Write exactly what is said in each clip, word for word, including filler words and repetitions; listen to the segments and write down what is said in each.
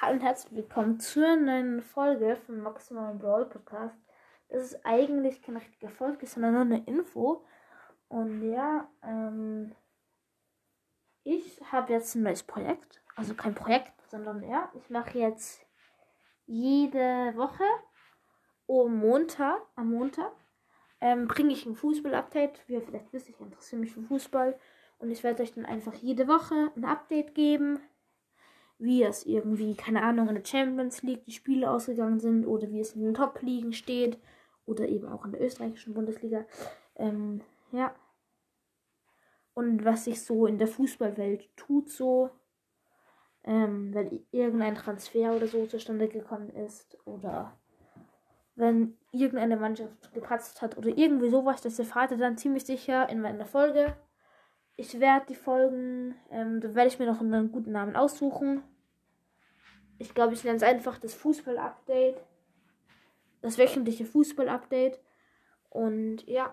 Hallo und herzlich willkommen zur neuen Folge vom Maximal Brawl Podcast. Das ist eigentlich keine richtige Folge, sondern nur eine Info. Und ja, ähm, ich habe jetzt ein neues Projekt. Also kein Projekt, sondern ja, ich mache jetzt jede Woche um Montag, am Montag, ähm, bringe ich ein Fußball-Update. Wie ihr vielleicht wisst, ich interessiere mich für Fußball. Und ich werde euch dann einfach jede Woche ein Update geben, wie es irgendwie, keine Ahnung, in der Champions League die Spiele ausgegangen sind oder wie es in den Top-Ligen steht oder eben auch in der österreichischen Bundesliga. Ähm, ja. Und was sich so in der Fußballwelt tut so, ähm, wenn irgendein Transfer oder so zustande gekommen ist oder wenn irgendeine Mannschaft gepatzt hat oder irgendwie sowas, das erfahrt ihr dann ziemlich sicher in meiner Folge. Ich werde die Folgen, ähm, da werde ich mir noch einen guten Namen aussuchen. Ich glaube, ich nenne es einfach das Fußball-Update. Das wöchentliche Fußball-Update. Und ja.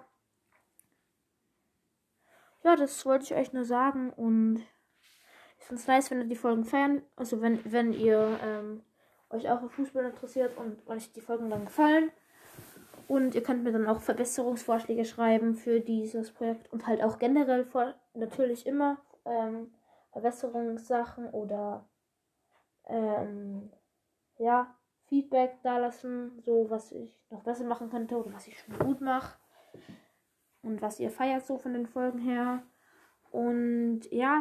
Ja, das wollte ich euch nur sagen. Und ich finde es nice, wenn ihr die Folgen feiern. Also wenn, wenn ihr ähm, euch auch für Fußball interessiert und euch die Folgen dann gefallen. Und ihr könnt mir dann auch Verbesserungsvorschläge schreiben für dieses Projekt. Und halt auch generell vor, natürlich immer ähm, Verbesserungssachen oder ähm, ja, Feedback da lassen, so was ich noch besser machen könnte oder was ich schon gut mache und was ihr feiert so von den Folgen her. Und ja,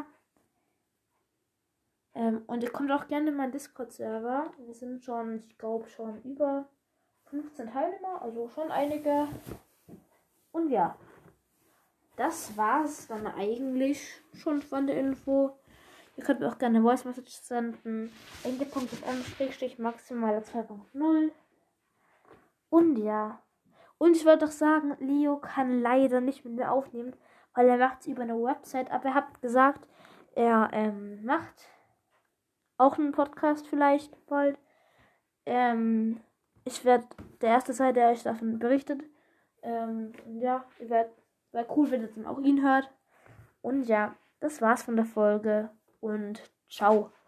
ähm, und ihr kommt auch gerne in meinen Discord-Server. Wir sind schon, ich glaube schon über fünfzehn Teilnehmer, also schon einige. Und ja, das war's dann eigentlich schon von der Info. Ihr könnt mir auch gerne Voice Message senden. Ende.fm maximal zwei Punkt null. Und ja. Und ich wollte doch sagen, Leo kann leider nicht mit mir aufnehmen, weil er macht es über eine Website. Aber er hat gesagt, er ähm, macht auch einen Podcast vielleicht bald. Ähm, ich werde der Erste sein, der euch davon berichtet. Ähm, ja, ihr werdet, wäre cool, wenn ihr dann auch ihn hört. Und ja, das war's von der Folge und ciao.